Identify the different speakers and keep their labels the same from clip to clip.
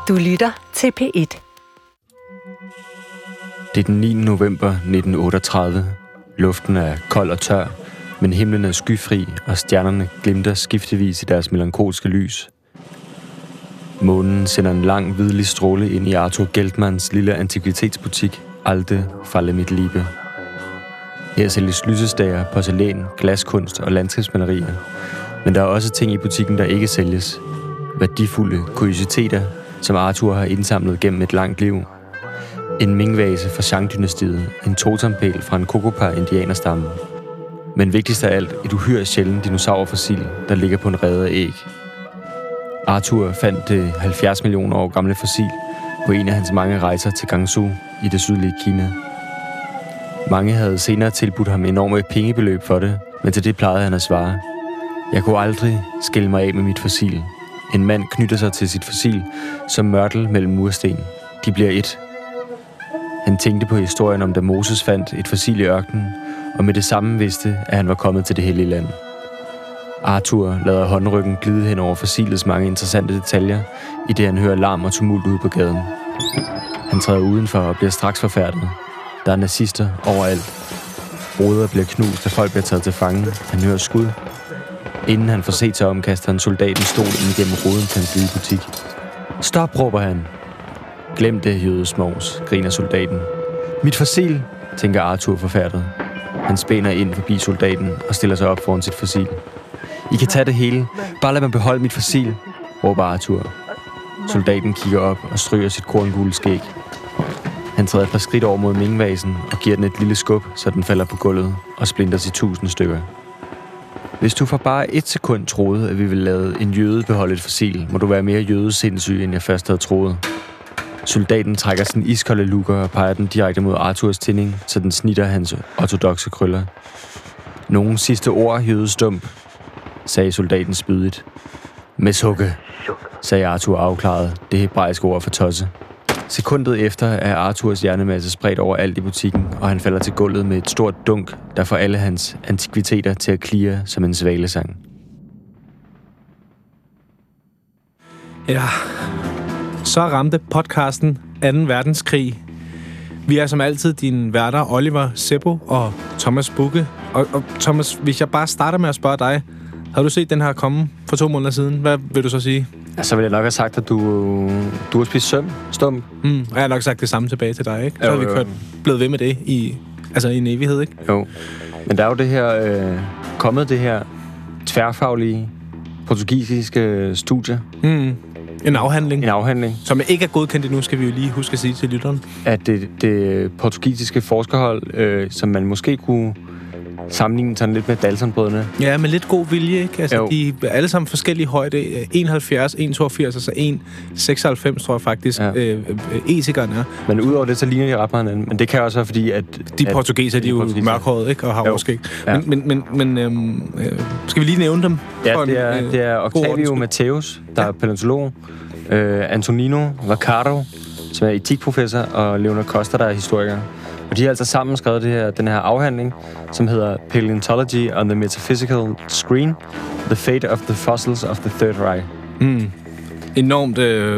Speaker 1: Du lytter til P1.
Speaker 2: Det er den 9. november 1938. Luften er kold og tør, men himlen er skyfri, og stjernerne glimter skiftevis i deres melankolske lys. Månen sender en lang, hvidlig stråle ind i Arthur Geldmans lille antikvitetsbutik, Alte Falle mit Liebe. Her sælges lysestager, porcelæn, glaskunst og landskabsmalerier. Men der er også ting i butikken, der ikke sælges. Værdifulde kuriositeter, som Arthur har indsamlet gennem et langt liv. En Ming-vase fra Shang-dynastiet, en totempæl fra en Kokopah-indianerstamme. Men vigtigst af alt, et uhyre sjældent dinosaurfossil, der ligger på en rede af æg. Arthur fandt det 70 millioner år gamle fossil på en af hans mange rejser til Gansu i det sydlige Kina. Mange havde senere tilbudt ham enorme pengebeløb for det, men til det plejede han at svare: "Jeg kunne aldrig skille mig af med mit fossil. En mand knytter sig til sit fossil som mørtel mellem mursten. De bliver et." Han tænkte på historien om, da Moses fandt et fossil i ørkenen, og med det samme vidste, at han var kommet til det hellige land. Arthur lader håndryggen glide hen over fossilets mange interessante detaljer, i det han hører larm og tumult ude på gaden. Han træder udenfor og bliver straks forfærdet. Der er nazister overalt. Ruder bliver knust, og folk bliver taget til fange. Han hører skud. Inden han får set sig om, kaster han soldaten stol ind gennem ruden til hans lille butik. "Stop!" råber han. "Glem det, jødesmås," griner soldaten. "Mit fossil," tænker Arthur forfærdet. Han spænder ind forbi soldaten og stiller sig op foran sit fossil. "I kan tage det hele. Bare lad mig beholde mit fossil," råber Arthur. Soldaten kigger op og stryger sit korngule skæg. Han træder et par skridt over mod Ming-vasen og giver den et lille skub, så den falder på gulvet og splinters i 1000 stykker. "Hvis du for bare 1 sekund troede, at vi ville lade en jøde beholde et fossil, må du være mere jødesindssyg, end jeg først havde troet." Soldaten trækker sin iskolde lukker og peger den direkte mod Arthurs tinding, så den snitter hans ortodokse krøller. "Nogen sidste ord, jødestump?" sagde soldaten spydigt. "Meshugge," sagde Arthur afklaret, det hebraiske ord for tosse. Sekundet efter er Arthurs hjernemasse spredt over alt i butikken, og han falder til gulvet med et stort dunk, der får alle hans antikviteter til at klirre som en svalesang.
Speaker 3: Ja, så ramte podcasten 2. verdenskrig. Vi er som altid dine værter, Oliver Seppo og Thomas Bugge. Og Thomas, hvis jeg bare starter med at spørge dig, har du set den her komme for 2 måneder siden? Hvad vil du så sige?
Speaker 2: Ja, så vil jeg nok have sagt, at du har spist stum.
Speaker 3: Og jeg har nok sagt det samme tilbage til dig, ikke? Så har vi blevet ved med det i en evighed, ikke?
Speaker 2: Jo. Men der er jo det her, kommet det her tværfaglige portugisiske studie.
Speaker 3: En afhandling. Som ikke er godkendt endnu, skal vi jo lige huske at sige til lytteren.
Speaker 2: At det portugisiske forskerhold, som man måske kunne sammenligne sådan lidt med Daltonbrødrene.
Speaker 3: Ja, med lidt god vilje, ikke? Altså, de er alle sammen forskellige højde. 71, 1,82, altså 1,96, tror jeg faktisk, etikeren er. Men
Speaker 2: udover det, så ligner de ret meget hinanden. Men det kan også være, fordi at
Speaker 3: de portugiser, de er jo mørkhårede, ikke? Og har overskæg. Ja. Men skal vi lige nævne dem?
Speaker 2: Ja, det er Octavio Mateus, der er palæontolog. Antonino Vaccaro, som er etikprofessor, og Leonard Costa, der er historiker. Og de har altså sammen skrevet den her afhandling, som hedder Paleontology on the Metaphysical Screen, The Fate of the Fossils of the Third Reich.
Speaker 3: Enormt...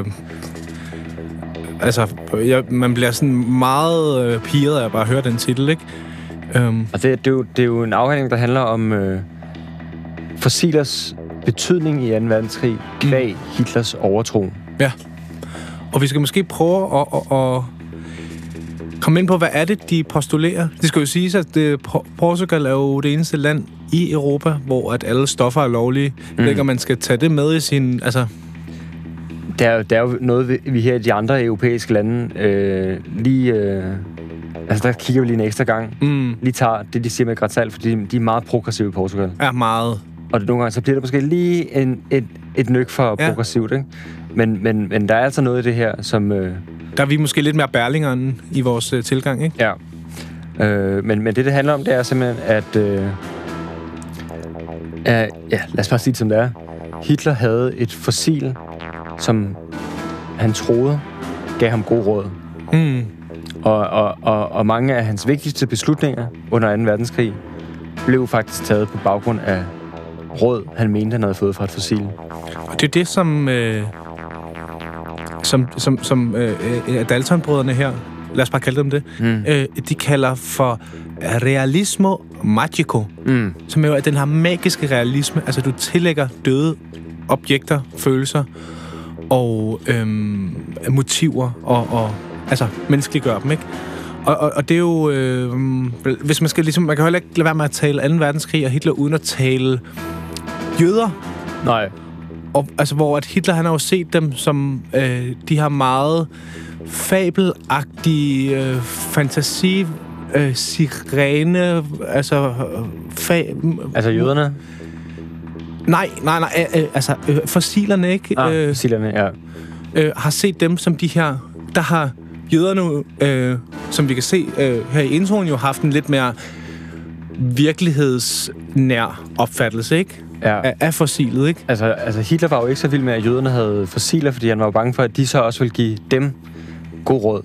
Speaker 3: man bliver sådan meget pirret af at bare høre den titel, ikke?
Speaker 2: Og det er jo en afhandling, der handler om fossilers betydning i 2. verdenskrig kvæg Hitlers overtro.
Speaker 3: Ja. Og vi skal måske prøve at komme ind på, hvad er det, de postulerer? Det skal jo siges, at Portugal er jo det eneste land i Europa, hvor at alle stoffer er lovlige. Jeg ved ikke, om man skal tage det med i sin... Altså...
Speaker 2: Der er jo noget, vi her i de andre europæiske lande der kigger vi lige en ekstra gang. Lige tager det, de siger med Gratal, fordi de er meget progressive i Portugal.
Speaker 3: Ja, meget.
Speaker 2: Og nogle gange, så bliver det måske lige et nyk for progressivt, ikke? Men der er altså noget i det her, som...
Speaker 3: Der er vi måske lidt mere Berlingeren i vores tilgang, ikke?
Speaker 2: Ja. Men det handler om, det er simpelthen, at... lad os bare sige det, som det er. Hitler havde et fossil, som han troede gav ham god råd. Og mange af hans vigtigste beslutninger under 2. verdenskrig blev faktisk taget på baggrund af råd, han mente, han havde fået fra et fossil.
Speaker 3: Og det er det, som som Dalton-brødrene her, lad os bare kalde dem det, de kalder for realismo magico, som jo er den her magiske realisme. Altså, du tillægger døde objekter, følelser og motiver og altså, menneskeliggør dem, ikke? Og det er jo... hvis man skal ligesom... Man kan heller ikke lade være med at tale 2. verdenskrig og Hitler uden at tale jøder.
Speaker 2: Nej.
Speaker 3: Og, altså, hvor at Hitler, han har jo set dem som de her meget fabelagtige fantasi... sirene... Altså...
Speaker 2: Altså jøderne?
Speaker 3: Nej. Altså, fossilerne, ikke?
Speaker 2: Fossilerne, ja.
Speaker 3: Har set dem som de her... Der har jøderne, som vi kan se her i introen, jo haft en lidt mere virkelighedsnær opfattelse, ikke?
Speaker 2: Ja.
Speaker 3: Af fossilet, ikke?
Speaker 2: Altså Hitler var jo ikke så vild med, at jøderne havde fossiler, fordi han var jo bange for, at de så også ville give dem god råd.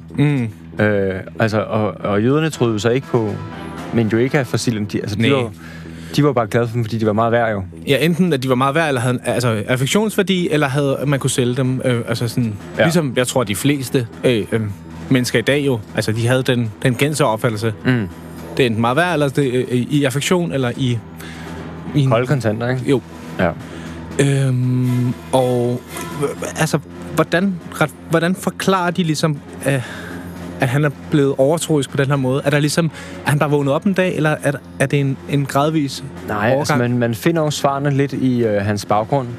Speaker 2: Og jøderne troede jo så ikke på, men jo ikke af fossilen. De var bare glade for dem, fordi de var meget værd, jo. Ja, enten at de var meget værd, eller havde affektionsværdi, eller havde man kunne sælge dem. Ligesom jeg tror, de fleste mennesker i dag jo, altså de havde den gængse opfattelse. Det er enten meget værd, eller det, i affektion, eller i kolde kontanter, ikke? Jo. Ja. Og altså, hvordan forklarer de ligesom, at han er blevet overtroisk på den her måde? Er der ligesom, er han bare vågnet op en dag, eller er det en gradvis overgang? Altså man finder jo svarene lidt i hans baggrund,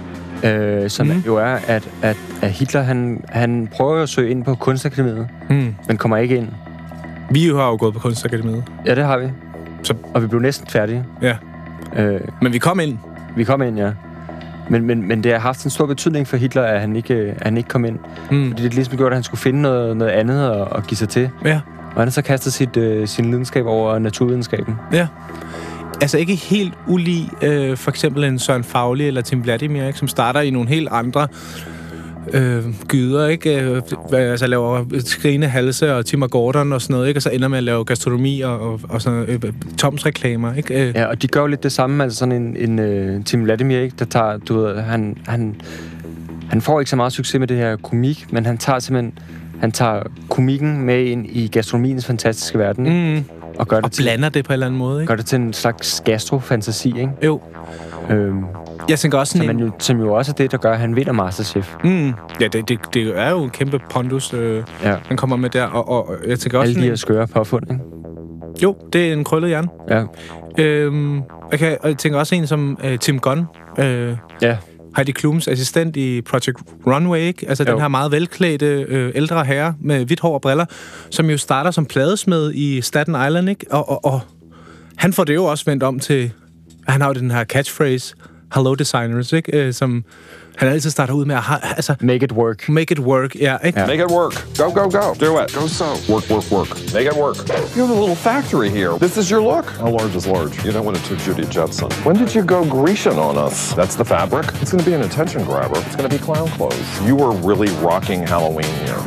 Speaker 2: som jo er, at Hitler, han prøver at søge ind på Kunstakademiet, men kommer ikke ind. Vi har jo gået på Kunstakademiet. Ja, det har vi. Og vi blev næsten færdige. Ja. Men vi kom ind. Vi kom ind, ja. Men det har haft en stor betydning for Hitler, at han ikke kom ind. Fordi det ligesom gjorde, at han skulle finde noget andet at give sig til. Ja. Og han har så kastet sin lidenskab over naturvidenskaben. Ja. Altså ikke helt ulig for eksempel en Søren Fauli eller Tim Vladimir, ikke, som starter i nogle helt andre gyder, ikke? Altså laver skrigende halse og Tim og Gordon og sådan noget, ikke? Og så ender med at lave gastronomi og sådan Toms reklamer, ikke? Ja, og de gør jo lidt det samme, altså sådan en Tim Vladimir, ikke? Der tager, du ved, han får ikke så meget succes med det her komik, men han tager komikken med ind i gastronomiens fantastiske verden, og gør det blander det på en eller anden måde, ikke? Gør det til en slags gastrofantasi, ikke? Jo. Jeg tænker også sådan som jo også er det, der gør, at han vinder MasterChef. Ja, det er jo en kæmpe pondus, han kommer med der. Og jeg tænker også... Alle de her skøre påfund, ikke? Jo, det er en krøllet hjerne. Ja. Jeg tænker også en som Tim Gunn. Heidi Klums assistent i Project Runway, ikke? Altså den her meget velklædte ældre herre med hvidt hår og briller, som jo starter som pladesmed i Staten Island, ikke? Og han får det jo også vendt om til... Han har jo den her catchphrase, hello designers, ikke? Som han altid starter ud med at have, altså... Make it work. Make it work, ja, ikke? Yeah. Make it work. Go, go, go. Do it. Go so. Work, work, work. Make it work. You have a little factory here. This is your look. How large is large? You don't want it to Judy Jetson. When did you go Grecian on us? That's the fabric. It's going to be an attention grabber. It's going to be clown clothes. You were really rocking Halloween here.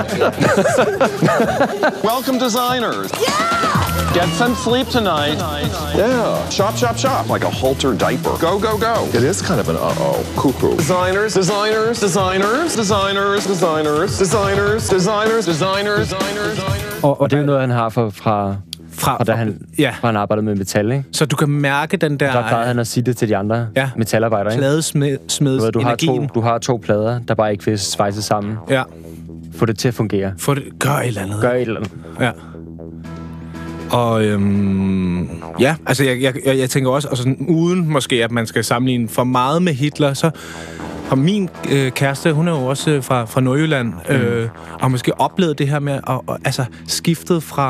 Speaker 2: Welcome, designers. Yeah! Get some sleep tonight. Yeah. Shop, shop, shop. Like a halter diaper. Go, go, go. It is kind of an cuckoo. Designers, designers, designers, designers, designers, designers, designers, designers, designers. Og det er noget, han har fra da han arbejdede med metal, ikke? Så du kan mærke den der... Så plejede han at sige det til de andre metalarbejdere, ikke? Pladesmeds energien. Du har to plader, der bare ikke vil svejse sammen. Ja. Få det til at fungere. Gør et eller andet. Gør et eller andet. Ja. Og altså jeg tænker også, altså, uden måske, at man skal sammenligne for meget med Hitler, så har min kæreste, hun er jo også fra Nordjylland, og måske oplevet det her med, altså skiftet fra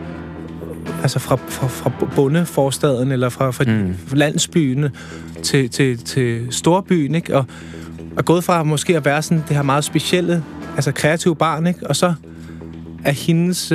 Speaker 2: bondeforstaden, eller fra landsbyen til storbyen, ikke? Og gået fra måske at være sådan det her meget specielle, altså kreative barn, ikke? Og så er hendes,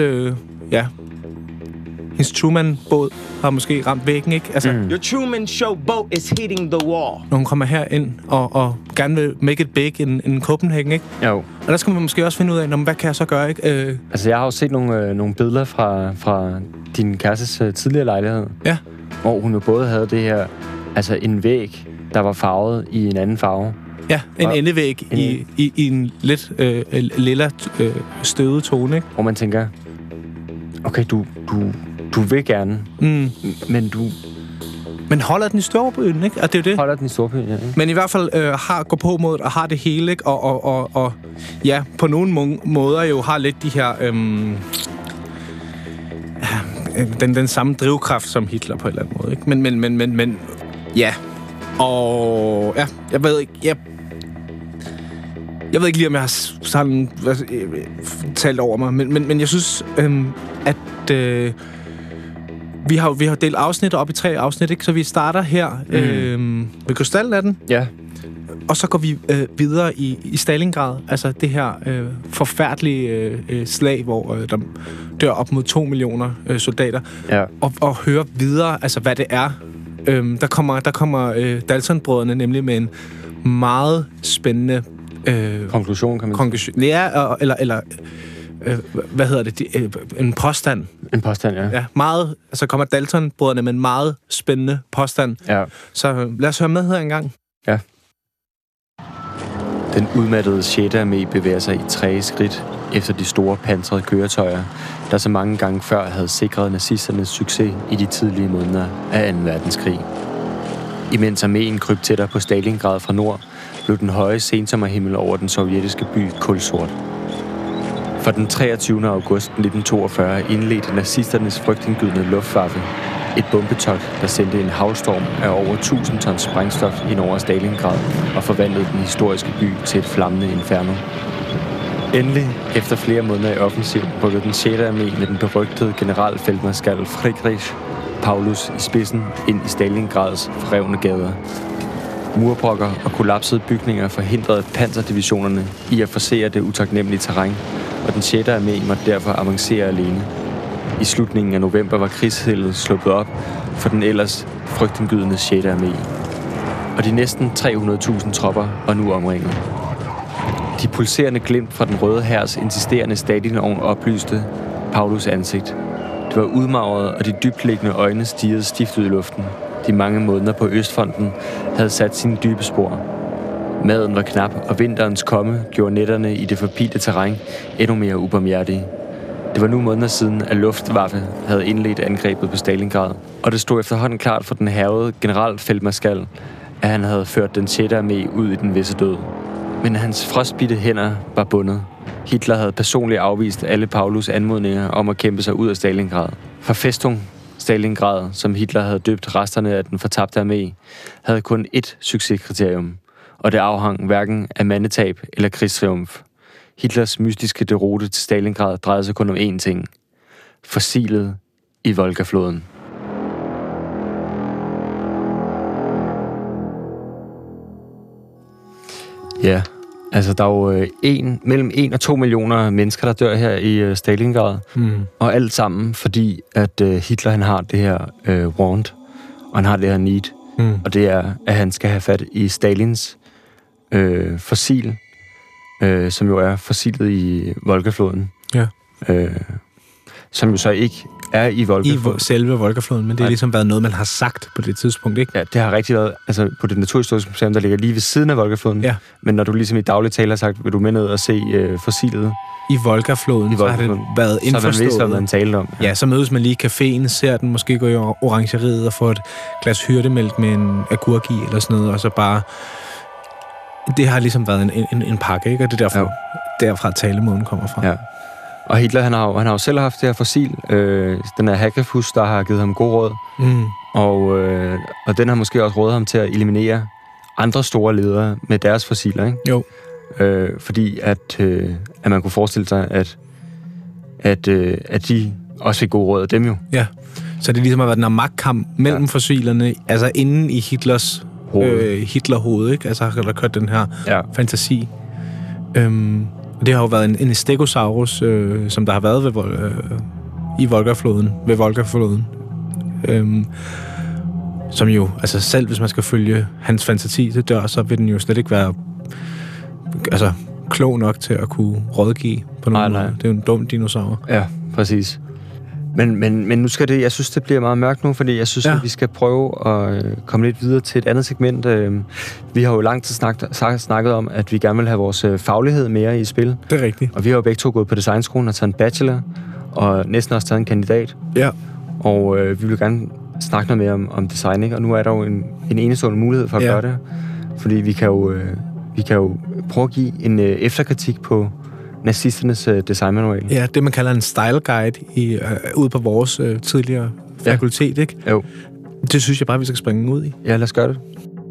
Speaker 2: hendes Truman-båd har måske ramt væggen, ikke? Altså, Your Truman Show boat is hitting the wall. Når hun kommer her ind og gerne vil make it big in Copenhagen, ikke? Jo. Og der skal man måske også finde ud af, hvad kan jeg så gøre, ikke? Altså, jeg har jo set nogle billeder fra din kærestes tidligere lejlighed. Ja. Hvor hun jo både havde det her, altså en væg, der var farvet i en anden farve.
Speaker 3: Ja, en endevæg i en lidt lilla støvet tone, ikke?
Speaker 2: Hvor man tænker, okay, du vil gerne, men du...
Speaker 3: Men holder den i storbyen, ikke? Og det er jo det.
Speaker 2: Holder den i storbyen, ja. Ikke?
Speaker 3: Men i hvert fald går på mod og har det hele, ikke? Og ja, på nogle måder jo har lidt de her... den samme drivkraft som Hitler på en eller anden måde, ikke? Men ja. Og ja, jeg ved ikke... Jeg ved ikke lige, om jeg har sådan talt over mig, men jeg synes, at vi har delt afsnit op i 3 afsnit, ikke? Så vi starter her ved Krystalnatten.
Speaker 2: Ja.
Speaker 3: Og så går vi videre i Stalingrad, altså det her forfærdelige slag, hvor der dør op mod 2 millioner soldater.
Speaker 2: Ja.
Speaker 3: Og høre videre, altså hvad det er. Der kommer Dalton-brødrene nemlig med en meget spændende
Speaker 2: konklusion, kan man
Speaker 3: sige. Ja, eller hvad hedder det? En påstand.
Speaker 2: En påstand, ja.
Speaker 3: Ja, meget. Altså kommer Dalton-brødrene med en meget spændende påstand.
Speaker 2: Ja.
Speaker 3: Så lad os høre med her engang.
Speaker 2: Ja. Den udmattede 6. armé bevæger sig i 3 skridt efter de store pansrede køretøjer, der så mange gange før havde sikret nazisternes succes i de tidlige måneder af 2. verdenskrig. Imens arméen kryb tættere på Stalingrad fra nord, blev den høje sensommerhimmel over den sovjetiske by kulsort. For den 23. august 1942 indledte nazisternes frygtindgydende Luftwaffe et bombetogt, der sendte en havstorm af over 1000 tons sprængstof ind over Stalingrad og forvandlede den historiske by til et flammende inferno. Endelig, efter flere måneder i offensiv, rykkede den 6. armé med den berygtede generalfeltmarskal Friedrich Paulus i spidsen ind i Stalingrads forrevne gader. Murbrokker og kollapsede bygninger forhindrede panserdivisionerne i at forcere det utaknemmelige terræn, og den 6. armé måtte derfor avancere alene. I slutningen af november var krigsheldet sluppet op for den ellers frygtindgydende 6. armé. Og de næsten 300.000 tropper var nu omringet. De pulserende glimt fra den røde hærs insisterende Stalinovn oplyste Paulus ansigt. Det var udmagret, og de dybtliggende øjne stirrede stift ud i luften. De mange måneder på Østfronten havde sat sine dybe spor. Maden var knap, og vinterens komme gjorde nætterne i det forpidte terræn endnu mere ubarmhjertige. Det var nu måneder siden, at Luftwaffe havde indledt angrebet på Stalingrad, og det stod efterhånden klart for den hærgede generalfeltmarskal, at han havde ført den 6. armé ud i den visse død. Men hans frostbitte hænder var bundet. Hitler havde personligt afvist alle Paulus anmodninger om at kæmpe sig ud af Stalingrad. For Festung Stalingrad, som Hitler havde døbt resterne af den fortabte armé, havde kun ét succeskriterium, og det afhang hverken af mandetab eller krigstriumf. Hitlers mystiske deroute til Stalingrad drejede sig kun om én ting: fossilet i Volga-floden. Ja, altså der er jo mellem 1 og 2 millioner mennesker, der dør her i Stalingrad. Og alt sammen, fordi at Hitler han har det her want, og han har det her need. Og det er, at han skal have fat i Stalins fossil, som jo er fossilet i Volga-floden.
Speaker 3: Ja.
Speaker 2: Som jo så ikke er i Volga-floden.
Speaker 3: I selve Volga-floden, men det har ligesom været noget, man har sagt på det tidspunkt, ikke?
Speaker 2: Ja, det har rigtig været, altså på det naturhistoriske museum, der ligger lige ved siden af Volga-floden. Ja. Men når du ligesom i daglig tale har sagt, vil du med ned og se fossilet
Speaker 3: i Volga-floden, så har det været indforstået.
Speaker 2: Så man vidst, hvad man talte om.
Speaker 3: Ja, så mødes man lige i caféen, ser den, måske gå i orangeriet og få et glas hyrdemælk med en agurk i, eller sådan noget, og så bare... Det har ligesom været en pakke, ikke? Og det er derfra talemåden kommer fra. Ja.
Speaker 2: Og Hitler, han har jo selv haft det her fossil. Den her Hagrefus, der har givet ham god råd. Og den har måske også rådet ham til at eliminere andre store ledere med deres fossiler, ikke?
Speaker 3: Jo.
Speaker 2: Fordi at man kunne forestille sig, at de også fik god råd af dem jo.
Speaker 3: Ja, så det ligesom har været den her magtkamp mellem fossilerne, altså inden i Hitlers Hitlerhoved, ikke? Altså har der kørt den her fantasi. Det har jo været en stegosaurus, som der har været i Volga-floden, ved Volga-floden. Som jo, altså selv hvis man skal følge hans fantasi til dør, så vil den jo slet ikke være klog nok til at kunne rådgive på nogen måde. Det er jo en dum dinosaur.
Speaker 2: Ja, præcis. Men nu skal det, jeg synes, det bliver meget mørkt nu, fordi jeg synes, at vi skal prøve at komme lidt videre til et andet segment. Vi har jo langt tid snakket om, at vi gerne vil have vores faglighed mere i spil.
Speaker 3: Det er rigtigt.
Speaker 2: Og vi har jo begge to gået på designskolen og taget en bachelor, og næsten også taget en kandidat.
Speaker 3: Ja.
Speaker 2: Og vi vil gerne snakke noget mere om design, ikke? Og nu er der jo en enestående mulighed for at gøre det. Fordi vi kan jo prøve at give en efterkritik på nazisternes designmanual.
Speaker 3: Ja, det man kalder en style guide ude på vores tidligere fakultet, ikke?
Speaker 2: Jo.
Speaker 3: Det synes jeg bare, vi skal springe ud i.
Speaker 2: Ja, lad os gøre det.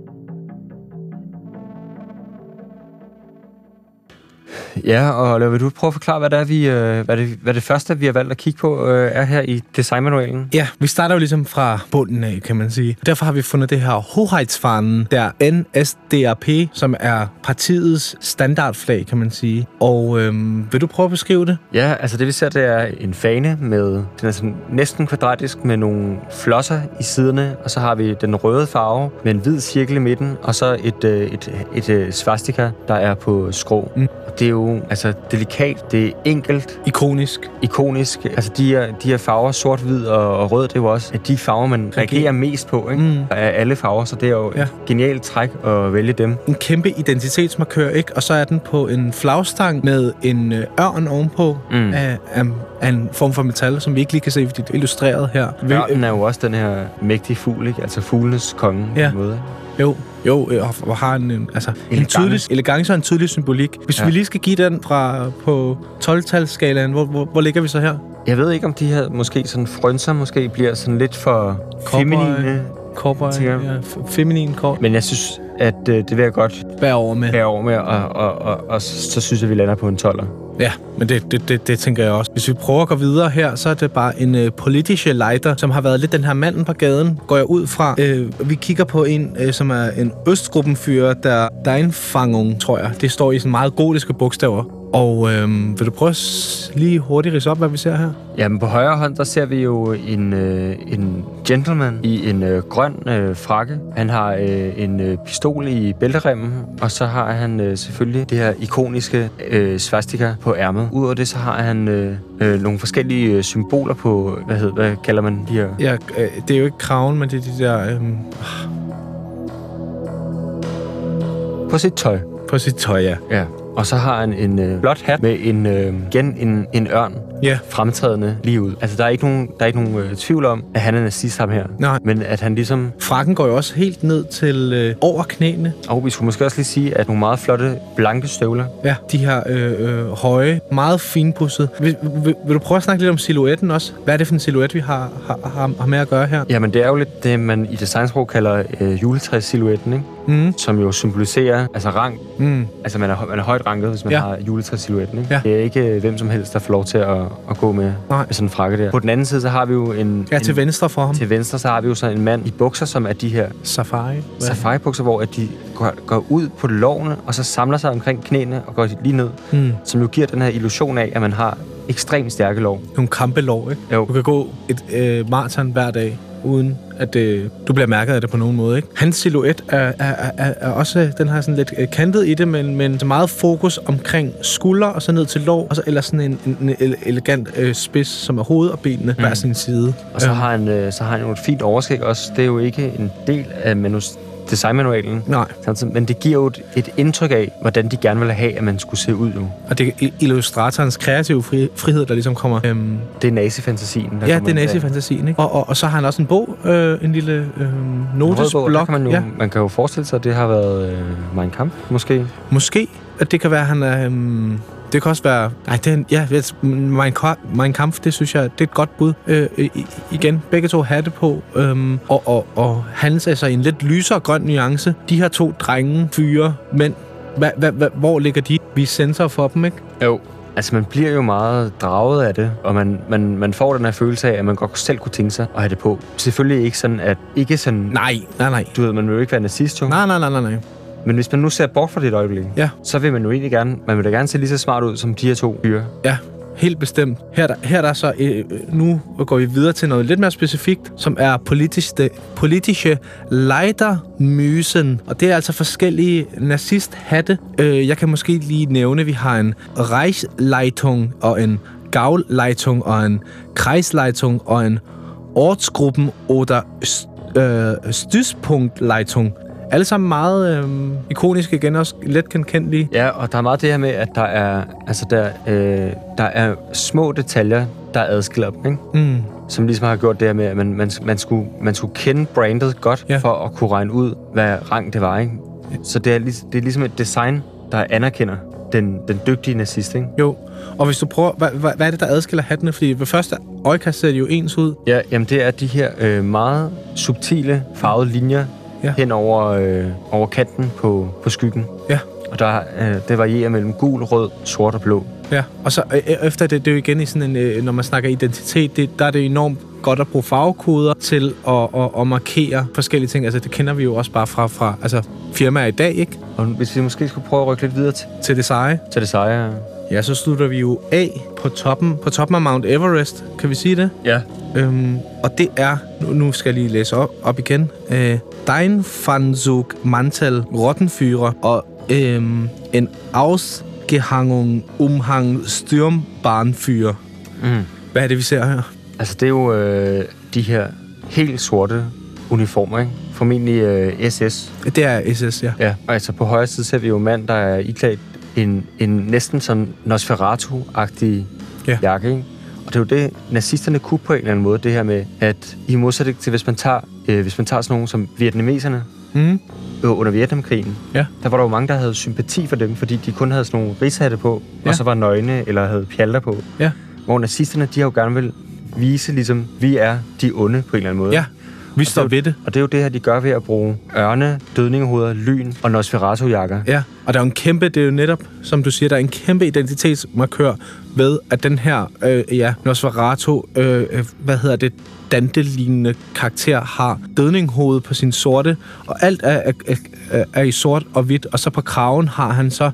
Speaker 2: Ja, og vil du prøve at forklare, hvad det første, vi har valgt at kigge på, er her i designmanualen?
Speaker 3: Ja, vi starter jo ligesom fra bunden af, kan man sige. Derfor har vi fundet det her Hoheitsfahnen, der NSDAP, som er partiets standardflag, kan man sige. Og vil du prøve at beskrive det?
Speaker 2: Ja, altså det vi ser, det er en fane den er sådan næsten kvadratisk med nogle flosser i siderne, og så har vi den røde farve med en hvid cirkel i midten, og så et svastika, der er på skrå. Det er jo delikat, det er enkelt. Ikonisk. Altså de her farver, sort, hvid og rød, det er jo også de farver, man reagerer mest på, ikke? Af alle farver, så det er jo et genialt træk at vælge dem.
Speaker 3: En kæmpe identitetsmarkør, ikke? Og så er den på en flagstang med en ørn ovenpå af en form for metal, som vi ikke lige kan se, fordi det er illustreret her.
Speaker 2: Ørnen er jo også den her mægtige fugl, ikke? Altså fuglenes konge på en måde.
Speaker 3: Jo, og har en tydelig elegance og en tydelig symbolik. Hvis vi lige skal give den på 12-talsskalaen, hvor ligger vi så her?
Speaker 2: Jeg ved ikke, om de her måske sådan frønser måske bliver sådan lidt for feminine.
Speaker 3: Feminin kort.
Speaker 2: Men jeg synes, at det vil jeg godt
Speaker 3: bære over med,
Speaker 2: og så synes jeg, vi lander på en 12'er.
Speaker 3: Ja, men det tænker jeg også. Hvis vi prøver at gå videre her, så er det bare en politische Leiter, som har været lidt den her manden på gaden, går jeg ud fra. Vi kigger på en, som er en Østgruppenführer, der Einfangung, tror jeg. Det står i sådan meget gotiske bogstaver. Og vil du prøve lige hurtigt ridse op, hvad vi ser her?
Speaker 2: Jamen, på højre hånd, der ser vi jo en gentleman i en grøn frakke. Han har en pistol i bælteremmen, og så har han selvfølgelig det her ikoniske svastika på ærmet. Udover det, så har han nogle forskellige symboler på, hvad kalder man de her?
Speaker 3: Ja, det er jo ikke kraven, men det er de der...
Speaker 2: På sit tøj.
Speaker 3: På sit tøj, ja.
Speaker 2: Ja. Og så har han en blåt hat med en ørn fremtrædende lige ud. Altså, der er ikke nogen tvivl om, at han er nazist, ham her.
Speaker 3: Nej.
Speaker 2: Men at han ligesom...
Speaker 3: Frakken går jo også helt ned til over knæene.
Speaker 2: Og vi skulle måske også lige sige, at nogle meget flotte, blanke støvler.
Speaker 3: Ja, de her høje, meget finpudsede. Vil du prøve at snakke lidt om silhuetten også? Hvad er det for en silhuet, vi har med at gøre her?
Speaker 2: Jamen, det er jo lidt det, man i designsprog kalder juletræssilhuetten, ikke? Som jo symboliserer rang. Altså, man er højt ranket, hvis man har juletræssilhuetten, ikke? Ja. Det er ikke hvem som helst, der får lov til at gå med sådan en frakke der. På den anden side, så har vi jo
Speaker 3: til venstre for ham.
Speaker 2: Til venstre, så har vi jo så en mand i bukser, som er de her... Safari-bukser, hvor at de går ud på lårene, og så samler sig omkring knæene og går lige ned. Som jo giver den her illusion af, at man har ekstremt stærke lår.
Speaker 3: Nogle kampelår, ikke? Jo. Du kan gå et maraton hver dag, uden at du bliver mærket af det på nogen måde, ikke? Hans silhuet er også, den har sådan lidt kantet i det, men så meget fokus omkring skulder, og så ned til lår, og så ellers sådan en elegant spids, som er hoved og benene hver sin side.
Speaker 2: Og så har han jo et fint overskæg også. Det er jo ikke en del af designmanualen.
Speaker 3: Nej.
Speaker 2: Men det giver jo et indtryk af, hvordan de gerne ville have, at man skulle se ud nu.
Speaker 3: Og det er illustratorens kreative frihed, der ligesom kommer...
Speaker 2: Det er nazifantasien, der
Speaker 3: ja, det er nazifantasien, ikke? Og så har han også en bog, en lille notesblok.
Speaker 2: Man kan jo forestille sig, at det har været Mein Kampf, måske.
Speaker 3: Måske. At det kan være, han er... Det kan også være... Mein Kampf, det synes jeg, det er et godt bud. Igen, begge to hatte på. Og han ser sig i en lidt lysere grøn nuance. De her to drenge, fyre, mænd, hvor ligger de? Vi er sensor for dem, ikke?
Speaker 2: Jo. Altså, man bliver jo meget draget af det, og man får den her følelse af, at man godt selv kunne tænke sig at have det på. Selvfølgelig ikke sådan, at... Ikke sådan...
Speaker 3: Nej.
Speaker 2: Du ved, man vil jo ikke være nazist, jo.
Speaker 3: Nej.
Speaker 2: Men hvis man nu ser bort fra det et øjeblik, så vil man jo egentlig gerne... Man vil da gerne se lige så smart ud som de her to fyre.
Speaker 3: Ja, helt bestemt. Her er der så... Nu går vi videre til noget lidt mere specifikt, som er politische Leitermüsen. Og det er altså forskellige nazist-hatte. Jeg kan måske lige nævne, at vi har en Reichsleitung og en Gauleitung og en Kreisleitung og en Ortsgruppen oder Stützpunktleitung. Alle sammen meget ikoniske, igen også let genkendelige.
Speaker 2: Ja, og der er meget det her med, at der er, altså der er små detaljer, der adskiller dem, ikke?
Speaker 3: Mm.
Speaker 2: Som ligesom har gjort det her med, at man skulle kende brandet godt, for at kunne regne ud, hvad rang det var, ikke? Så det er ligesom et design, der anerkender den dygtige nazist, ikke?
Speaker 3: Jo, og hvis du prøver, hvad er det, der adskiller hattene? Fordi ved første øjekast ser de jo ens ud.
Speaker 2: Ja, jamen det er de her meget subtile farvede linjer hen over kanten på skyggen.
Speaker 3: Ja.
Speaker 2: Og det varierer mellem gul, rød, sort og blå.
Speaker 3: Ja, og så efter det er jo igen i sådan en, når man snakker identitet, der er det enormt godt at bruge farvekoder til at markere forskellige ting. Altså det kender vi jo også bare fra altså, firmaer i dag, ikke?
Speaker 2: Og hvis vi måske skulle prøve at rykke lidt videre
Speaker 3: til det seje.
Speaker 2: Til det seje, ja.
Speaker 3: Ja, så slutter vi jo af på toppen af Mount Everest. Kan vi sige det?
Speaker 2: Ja.
Speaker 3: Og det er, nu skal jeg lige læse op igen, Dein Fanzug Mantel Rottenführer og en Ausgehangen Umhang Stürmbahnführer. Hvad er det, vi ser her?
Speaker 2: Altså, det er jo de her helt sorte uniformer, ikke? Formentlig SS.
Speaker 3: Det er SS, ja.
Speaker 2: Ja, og altså på højre side ser vi jo en mand, der er iklædt en næsten sådan Nosferatu-agtig jakke, ikke? Og det er jo det, nazisterne kunne på en eller anden måde, det her med, at i modsætning til, hvis man tager sådan nogen som vietnameserne, under Vietnamkrigen, der var der jo mange, der havde sympati for dem, fordi de kun havde sådan nogle rigshatte på, og så var nøgne eller havde pjalter på. Ja. Hvor nazisterne, de har jo gerne vil vise, ligesom, vi er de onde på en eller anden måde. Ja,
Speaker 3: vi står ved det.
Speaker 2: Og det er jo det her, de gør ved at bruge ørne, dødningehoveder, lyn og Nosferatu-jakker.
Speaker 3: Ja, og der er jo en kæmpe, det er jo netop, som du siger, der er en kæmpe identitetsmarkør ved, at den her, Nosferatu, Dante-lignende karakter har dødninghoved på sin sorte, og alt er i sort og hvidt, og så på kraven har han så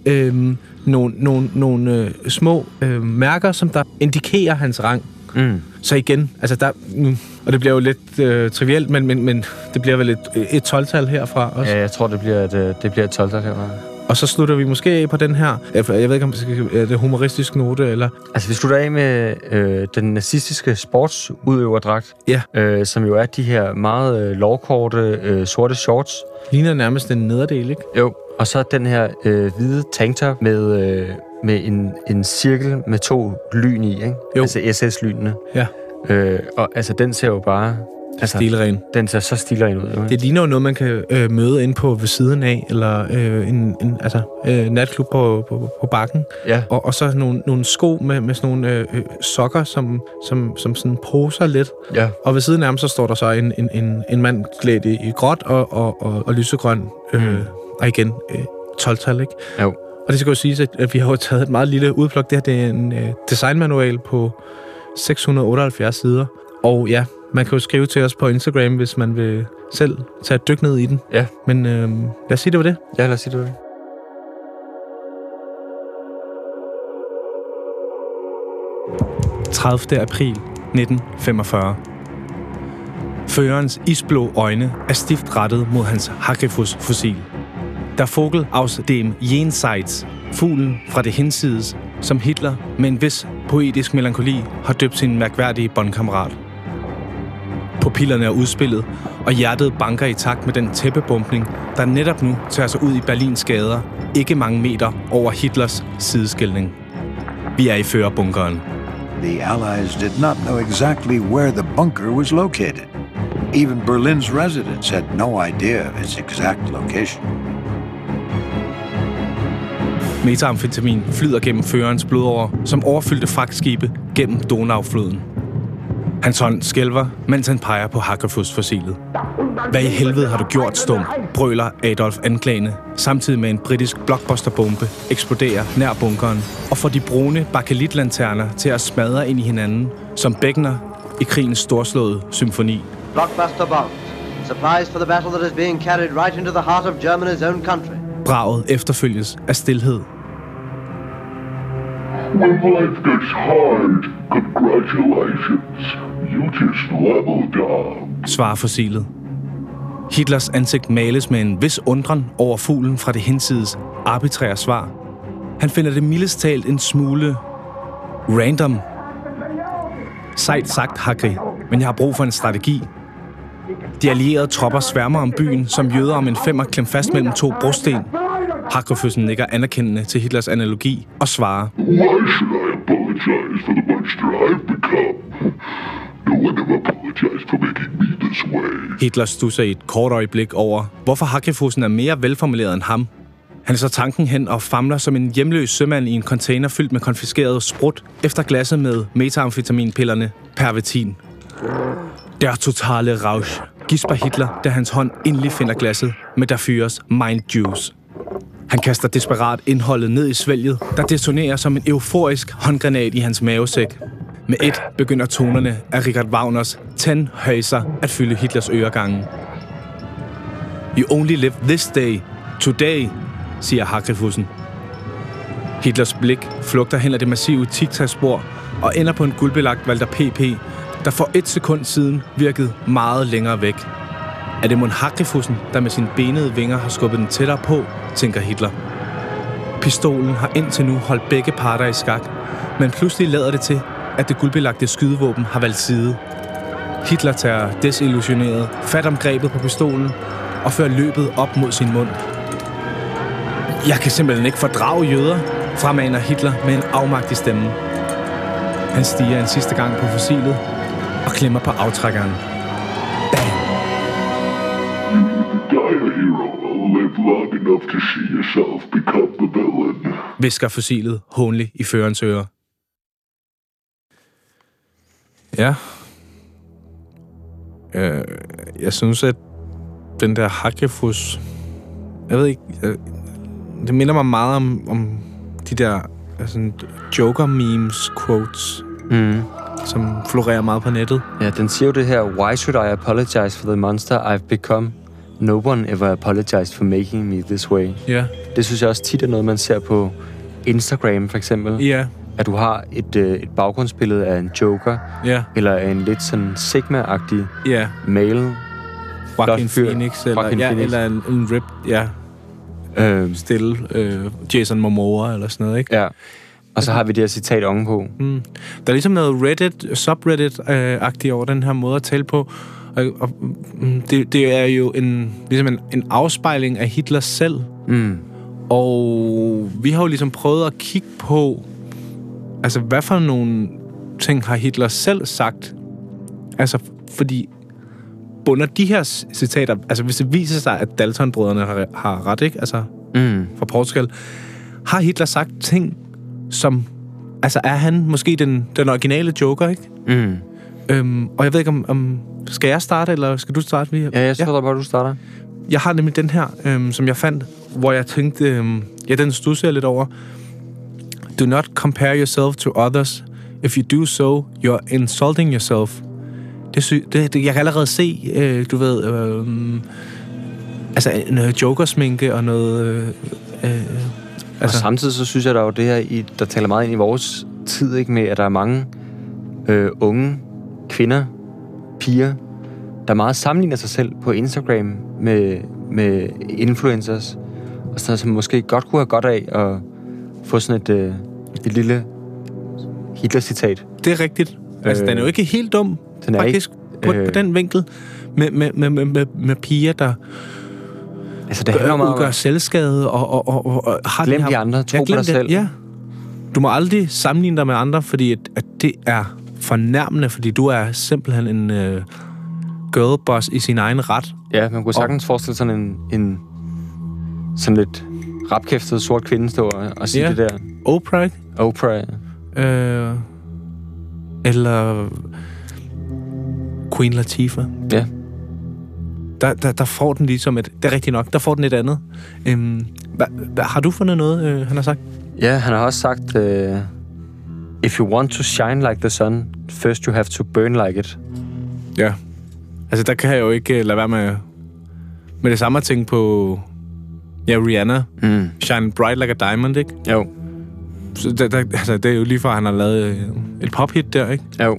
Speaker 3: nogle små mærker, som der indikerer hans rang. Så igen, altså der, og det bliver jo lidt trivielt, men det bliver vel et 12-tal herfra også.
Speaker 2: Ja, jeg tror, det bliver et 12-tal herfra.
Speaker 3: Og så slutter vi måske af på den her, jeg ved ikke, om det er humoristisk note, eller...
Speaker 2: Altså, vi slutter af med den nazistiske sportsudøverdragt, som jo er de her meget lovkorte sorte shorts.
Speaker 3: Ligner nærmest en nederdel, ikke?
Speaker 2: Jo, og så den her hvide tanktop med en cirkel med 2 lyn i, ikke? Jo. Altså SS-lynene. Ja. Og altså, den ser jo bare... Altså,
Speaker 3: stilren.
Speaker 2: Den ser så stilren ud. Jo.
Speaker 3: Det ligner jo noget, man kan møde ind på ved siden af, eller en natklub på bakken. Ja. Og så nogle sko med sådan nogle sokker, som sådan poser lidt. Ja. Og ved siden af ham, så står der så en mand klædt i gråt og lysegrøn. Og igen, 12-tal, ikke? Jo. Og det skal jo siges, at vi har jo taget et meget lille udpluk. Det her, det er en designmanual på 678 sider. Og ja, man kan jo skrive til os på Instagram, hvis man vil selv tage et dyk ned i den. Ja. Men lad os sige, det var det.
Speaker 2: Ja, lad os sige, det var det.
Speaker 3: 30. april 1945. Førerens isblå øjne er stift rettet mod hans Hagefuss-fossil. Der Vogel aus dem Jenseits, fuglen fra det hinsides, som Hitler med en vis poetisk melankoli har døbt sin mærkværdige bondkammerat. Pupillerne er udspillet, og hjertet banker i takt med den tæppebumpning, der netop nu tager sig ud i Berlins gader, ikke mange meter over Hitlers sideskilning. Vi er i førerbunkeren.
Speaker 1: The Allies did not know exactly where the bunker was located. Even Berlin's residents had no idea of its exact location.
Speaker 3: Metamfetamin flyder gennem førerens blodårer, som overfyldte fragtskibe gennem Donaufloden. Hans hånd skælver, mens han peger på Hagefuss-fossilet. Hvad i helvede har du gjort, stum? Brøler Adolf anklagende, samtidig med en britisk blockbusterbombe eksploderer nær bunkeren og får de brune bakelitlanterner til at smadre ind i hinanden, som bækkener i krigens storslåede symfoni.
Speaker 4: Blockbuster bombs. Supplies for the battle that is being carried right into the heart of Germany's own country.
Speaker 3: Braget efterfølges af stilhed.
Speaker 5: When life gets hard, congratulations. You just leveled up.
Speaker 3: Svarer fossilet. Hitlers ansigt males med en vis undren over fuglen fra det hinsides arbitrære svar. Han finder det mildest talt en smule random, Sejt sagt, Hagrid, men jeg har brug for en strategi. De allierede tropper sværmer om byen, som jøder om en femmer klemt fast mellem 2 brosten. Hagridfussen nikker anerkendende til Hitlers analogi og svarer:
Speaker 5: Why should I apologize for the monster I've become? No one ever apologized for making me this way.
Speaker 3: Hitler stusser i et kort øjeblik over, hvorfor Hagridfussen er mere velformuleret end ham. Han så tanken hen og famler som en hjemløs sømand i en container fyldt med konfiskeret sprut efter glasset med metamfetaminpillerne Pervitin. Der totale Rausch, gisper Hitler, da hans hånd endelig finder glasset med der fyres Mind Juice. Han kaster desperat indholdet ned i svælget, der detonerer som en euforisk håndgranat i hans mavesæk. Med et begynder tonerne af Richard Wagners Tannhäuser at fylde Hitlers øregange. You only live this day, today, siger Hagridfussen. Hitlers blik flugter hen ad det massive tic-tac-spor og ender på en guldbelagt Walter PP, der for 1 sekund siden virkede meget længere væk. Er det mon Hagridfussen, der med sine benede vinger har skubbet den tættere på, tænker Hitler. Pistolen har indtil nu holdt begge parter i skak, men pludselig lader det til, at det guldbelagte skydevåben har valgt side. Hitler tager desillusioneret fat om grebet på pistolen og fører løbet op mod sin mund. Jeg kan simpelthen ikke fordrage jøder, fremmaner Hitler med en afmagtig stemme. Han stiger en sidste gang på fossilet og klemmer på aftrækkeren. Bang!
Speaker 5: You die a hero and live long enough to see yourself become the villain.
Speaker 3: Hvisker fossilet hånligt i førerens øre. Ja. Jeg synes, at den der Hagridfuss... Jeg ved ikke... det minder mig meget om de der Joker-memes, quotes, som florerer meget på nettet.
Speaker 2: Ja, den siger jo det her: Why should I apologize for the monster I've become? No one ever apologized for making me this way.
Speaker 3: Ja.
Speaker 2: Det synes jeg også tit er noget, man ser på Instagram, for eksempel.
Speaker 3: Ja.
Speaker 2: At du har et baggrundsbillede af en Joker,
Speaker 3: Ja.
Speaker 2: eller af en lidt sådan Sigma-agtig
Speaker 3: Ja.
Speaker 2: male.
Speaker 3: Joaquin Phoenix, eller,
Speaker 2: Joaquin
Speaker 3: ja,
Speaker 2: Phoenix.
Speaker 3: eller en rip, ja. Stille Jason Momoa eller sådan noget, ikke?
Speaker 2: Ja. Og så har vi det her citat ovenpå.
Speaker 3: Der er ligesom noget subreddit-agtigt over den her måde at tale på. Og det er jo ligesom en afspejling af Hitler selv. Og vi har jo ligesom prøvet at kigge på, altså hvad for nogle ting har Hitler selv sagt? Altså, fordi bunder de her citater, altså hvis det viser sig, at Dalton-brødrene har ret, ikke? Altså, fra Portugal. Har Hitler sagt ting, som... Altså, er han måske den originale Joker, ikke? Og jeg ved ikke, om skal jeg starte, eller skal du starte?
Speaker 2: Ja, jeg tror da bare, du starter.
Speaker 3: Jeg har nemlig den her, som jeg fandt, hvor jeg tænkte... den studser jeg lidt over. Do not compare yourself to others. If you do so, you're insulting yourself. Det, jeg kan allerede se, du ved... altså, noget jokersminke og noget...
Speaker 2: Og samtidig så synes jeg, der er jo det her, der taler meget ind i vores tid, ikke, med, at der er mange unge kvinder, piger, der meget sammenligner sig selv på Instagram med influencers, og så, som måske godt kunne have godt af at få sådan et lille Hitler-citat.
Speaker 3: Det er rigtigt. Altså, den er jo ikke helt dum, faktisk, ikke, på den vinkel, med piger, der...
Speaker 2: Altså, det handler meget
Speaker 3: udgør selvskade og har
Speaker 2: glem de andre, tro på dig selv.
Speaker 3: Ja. Du må aldrig sammenligne dig med andre, fordi at det er fornærmende, fordi du er simpelthen en girlboss i sin egen ret.
Speaker 2: Ja, man kunne sagtens forestille sådan en sådan lidt rapkæftet sort kvinde stå og sige det der.
Speaker 3: Oprah.
Speaker 2: Oprah,
Speaker 3: ja. Eller Queen Latifah.
Speaker 2: Ja.
Speaker 3: Der får den ligesom det er rigtigt nok, der får den et andet. Har du fundet noget, han har sagt?
Speaker 2: Ja, han har også sagt, if you want to shine like the sun, first you have to burn like it.
Speaker 3: Ja. Altså, der kan jeg jo ikke lade være med det samme at tænke på, Rihanna. Shine bright like a diamond, ikke?
Speaker 2: Jo.
Speaker 3: Så det er jo lige før, han har lavet et pophit der, ikke?
Speaker 2: Jo.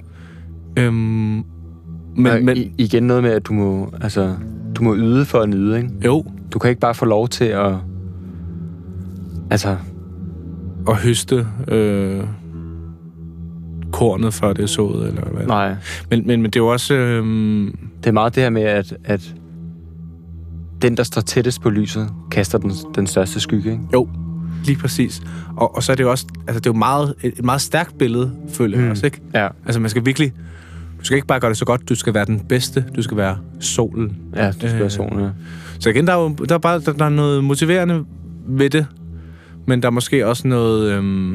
Speaker 2: Men igen noget med, at du må yde for at nyde, ikke?
Speaker 3: Jo.
Speaker 2: Du kan ikke bare få lov til at... Altså...
Speaker 3: At høste kornet, før det er sået, eller hvad?
Speaker 2: Nej.
Speaker 3: Men det er jo også...
Speaker 2: Det er meget det her med, at den, der står tættest på lyset, kaster den største skygge, ikke?
Speaker 3: Jo, lige præcis. Og så er det jo også... Altså, det er jo et meget stærkt billede, føler jeg også, ikke?
Speaker 2: Ja.
Speaker 3: Altså, man skal virkelig... Du skal ikke bare gøre det så godt, du skal være den bedste. Du skal være solen.
Speaker 2: Ja, du skal være solen, ja.
Speaker 3: Så igen, der er noget motiverende ved det, men der er måske også noget...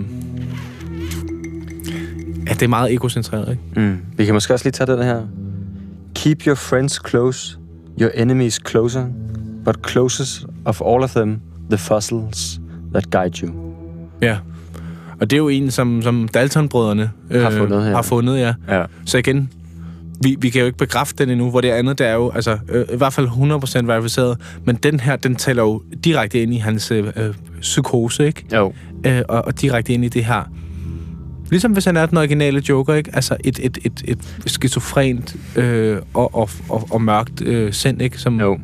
Speaker 3: det er meget egocentreret, ikke?
Speaker 2: Vi kan måske også lige tage den her. Keep your friends close, your enemies closer, but closest of all of them, the fossils that guide you.
Speaker 3: Ja. Og det er jo en, som Dalton-brødrene har fundet, ja. Så igen, vi kan jo ikke bekræfte den endnu, hvor det andet, der er jo altså, i hvert fald 100% verificeret, men den her, den tæller jo direkte ind i hans psykose, ikke? Jo. Og direkte ind i det her. Ligesom hvis han er den originale Joker, ikke? Altså et skizofrent og mørkt sind, ikke? Som,
Speaker 2: jo.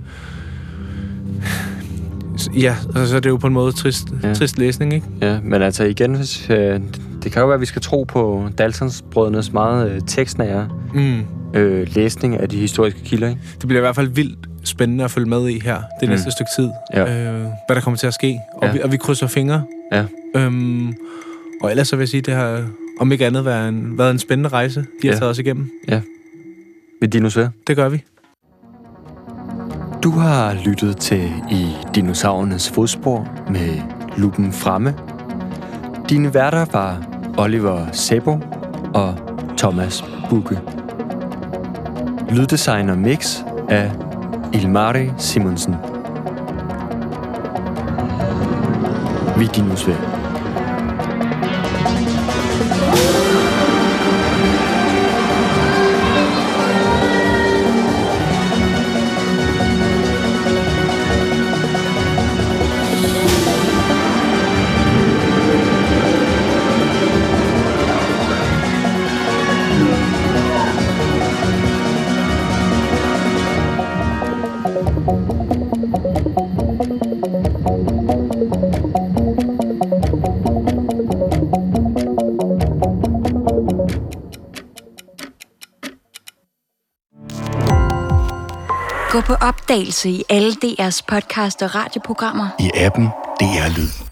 Speaker 3: Ja, altså det er jo på en måde trist læsning, ikke?
Speaker 2: Ja, men altså igen, hvis, det kan jo være, at vi skal tro på Daltons-brødrenes meget tekstnære læsning af de historiske kilder, ikke? Det
Speaker 3: bliver i hvert fald vildt spændende at følge med i her det næste stykke tid. Ja. Hvad der kommer til at ske. Og vi krydser fingre. Ja. Og ellers så vil jeg sige, det har om ikke andet været en spændende rejse, de har taget os igennem.
Speaker 2: Ja. Ved Dinosaurer.
Speaker 3: Det gør vi.
Speaker 2: Du har lyttet til I dinosaurernes fodspor med luppen fremme. Dine værter var Oliver Sebo og Thomas Bugge. Lyddesign og mix af Ilmari Simonsen. Vi Dinosaurer.
Speaker 6: Gå på opdagelse i alle DR's podcast og radioprogrammer.
Speaker 7: I appen DR Lyd.